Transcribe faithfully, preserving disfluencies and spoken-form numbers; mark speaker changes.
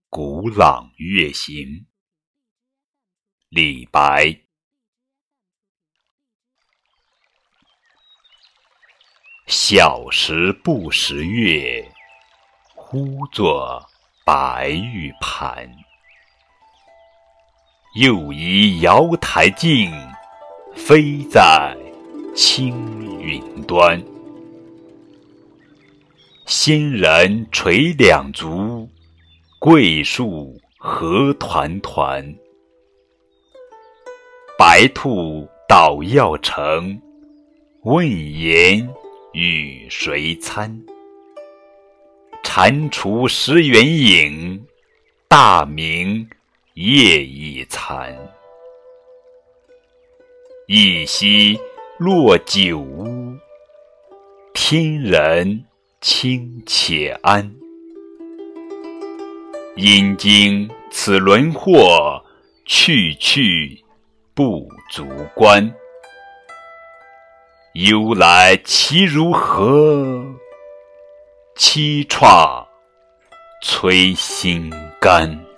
Speaker 1: 古朗月行。李白。小时不识月，呼作白玉盘。又疑瑶台镜，飞在青云端。仙人垂两足，桂树何团团。白兔捣药成，问言与谁餐？蟾蜍十圆影，大明夜已残。一夕落九乌，天人清且安。因经此轮祸，去去不足观。忧来其如何？凄怆摧心肝。